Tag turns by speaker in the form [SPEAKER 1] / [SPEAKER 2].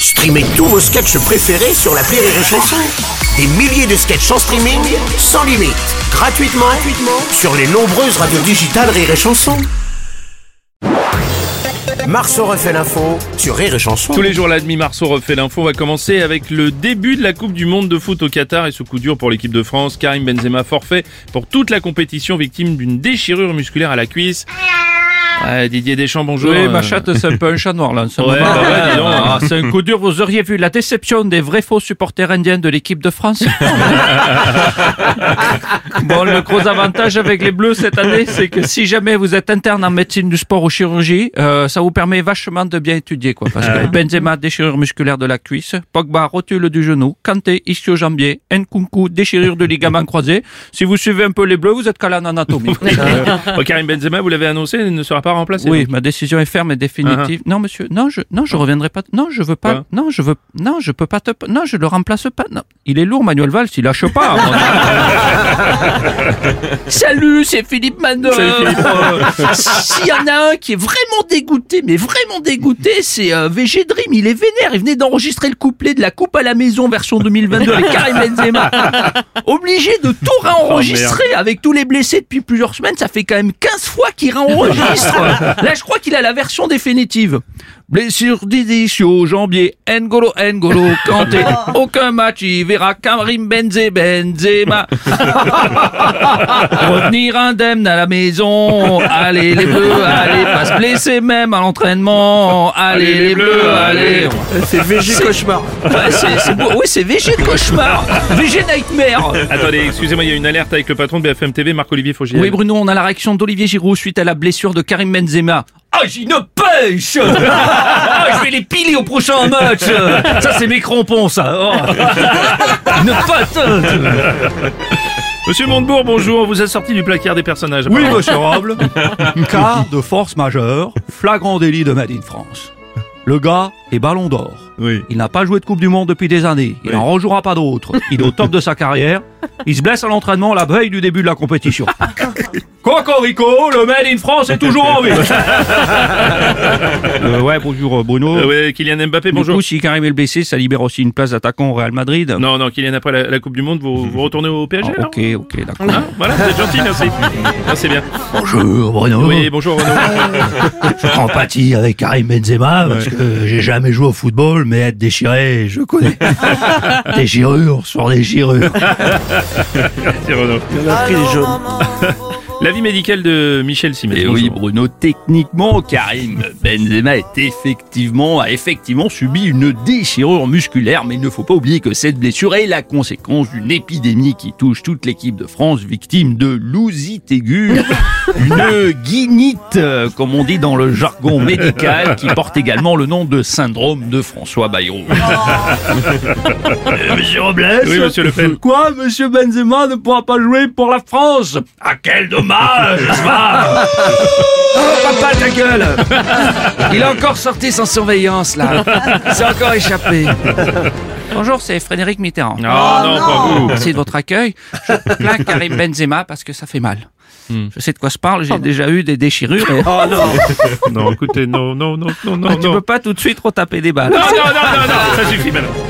[SPEAKER 1] Streamez tous vos sketchs préférés sur l'appli Rire et Chanson. Des milliers de sketchs en streaming, sans limite, gratuitement sur les nombreuses radios digitales Rire et Chanson. Marceau refait l'info sur Rire et Chanson.
[SPEAKER 2] Tous les jours la demi, Marceau refait l'info. On va commencer avec le début de la Coupe du Monde de foot au Qatar et ce coup dur pour l'équipe de France. Karim Benzema forfait pour toute la compétition, victime d'une déchirure musculaire à la cuisse. Didier Deschamps, bonjour.
[SPEAKER 3] Oui, ma chatte, c'est un peu un chat noir, là, en ce moment.
[SPEAKER 2] Dis donc.
[SPEAKER 3] C'est un coup dur. Vous auriez vu la déception des vrais faux supporters indiens de l'équipe de France. Bon, le gros avantage avec les Bleus cette année, c'est que si jamais vous êtes interne en médecine du sport ou chirurgie, ça vous permet vachement de bien étudier, quoi. Parce que Benzema, déchirure musculaire de la cuisse, Pogba, rotule du genou, Kanté, ischio-jambier, Nkunku, déchirure de ligament croisé. Si vous suivez un peu les Bleus, vous êtes calé en anatomie.
[SPEAKER 2] Karim Benzema, vous l'avez annoncé, il ne sera pas remplacé.
[SPEAKER 3] Oui, ma décision est ferme et définitive. Non, monsieur, je reviendrai pas. Non, je veux pas. Je peux pas non, je le remplace pas. Non, il est lourd, Manuel Valls, il lâche pas. Salut, c'est Philippe Manœuvre. S'il y en a un qui est vraiment dégoûté, c'est VG Dream. Il est vénère. Il venait d'enregistrer le couplet de la Coupe à la maison version 2022 avec Karim Benzema. Obligé de tout réenregistrer avec tous les blessés depuis plusieurs semaines. Ça fait quand même 15 fois qu'il réenregistre. Là, je crois qu'il a la version définitive. Blessure d'ischio, jambier, N'Golo, Kanté. Aucun match, il verra Karim Benzema. Revenir indemne à la maison. Allez, les Bleus, allez, pas se blesser même à l'entraînement. Allez, les Bleus, allez.
[SPEAKER 1] C'est VG Cauchemar.
[SPEAKER 3] Oui, c'est VG Cauchemar. VG Nightmare.
[SPEAKER 2] Attendez, excusez-moi, il y a une alerte avec le patron de BFM TV, Marc-Olivier Fogiel.
[SPEAKER 3] Oui, Bruno, on a la réaction d'Olivier Giroud suite à la blessure de Karim Benzema. Ah, j'ai une pêche. Je vais les piler au prochain match. Ça, c'est mes crampons, ça. Oh. Une patate.
[SPEAKER 2] Monsieur Montebourg, bonjour, on vous a sorti du placard des personnages.
[SPEAKER 4] Oui, monsieur Roble. Cas de force majeure, flagrant délit de Made in France. Le gars est ballon d'or.
[SPEAKER 2] Oui.
[SPEAKER 4] Il n'a pas joué de Coupe du Monde depuis des années. Il n'en rejouera pas d'autres. Il est au top de sa carrière. Il se blesse à l'entraînement la veille du début de la compétition. Cocorico, le Made in France est toujours en vie. Ouais, bonjour Bruno.
[SPEAKER 2] Ouais, Kylian Mbappé, bonjour.
[SPEAKER 3] Du coup, si Karim est blessé, ça libère aussi une place d'attaquant au Real Madrid.
[SPEAKER 2] Non, Kylian, après la Coupe du Monde, vous retournez au PSG, alors
[SPEAKER 3] Ok, d'accord.
[SPEAKER 2] Hein, voilà, vous êtes gentil, merci. Ah, c'est bien.
[SPEAKER 4] Bonjour Bruno.
[SPEAKER 2] Oui, bonjour Renaud.
[SPEAKER 4] Je compatis avec Karim Benzema parce que j'ai jamais joué au football, mais être déchiré, je connais. Déchirure sur déchirure.
[SPEAKER 2] Merci Renaud.
[SPEAKER 1] On a pris les jaunes.
[SPEAKER 2] L'avis médical de Michel Simès.
[SPEAKER 3] Et oui, Bruno, techniquement, Karim Benzema a effectivement subi une déchirure musculaire, mais il ne faut pas oublier que cette blessure est la conséquence d'une épidémie qui touche toute l'équipe de France, victime de l'ousite aiguë, une guinite, comme on dit dans le jargon médical, qui porte également le nom de syndrome de François Bayrou.
[SPEAKER 4] Monsieur Robles.
[SPEAKER 2] Oui, monsieur Le Pen.
[SPEAKER 4] Quoi, monsieur Benzema ne pourra pas jouer pour la France? Ah, quel dommage, ça.
[SPEAKER 3] Oh, papa, ta gueule! Il a encore sorti sans surveillance, là. Il s'est encore échappé. Bonjour, c'est Frédéric Mitterrand.
[SPEAKER 2] Non, pas vous.
[SPEAKER 3] Merci de votre accueil. Je plains Karim Benzema parce que ça fait mal. Je sais de quoi je parle, j'ai déjà eu des déchirures. Et...
[SPEAKER 2] Oh non. Non, écoutez, non.
[SPEAKER 3] Tu peux pas tout de suite retaper des balles.
[SPEAKER 2] Non, ça suffit maintenant.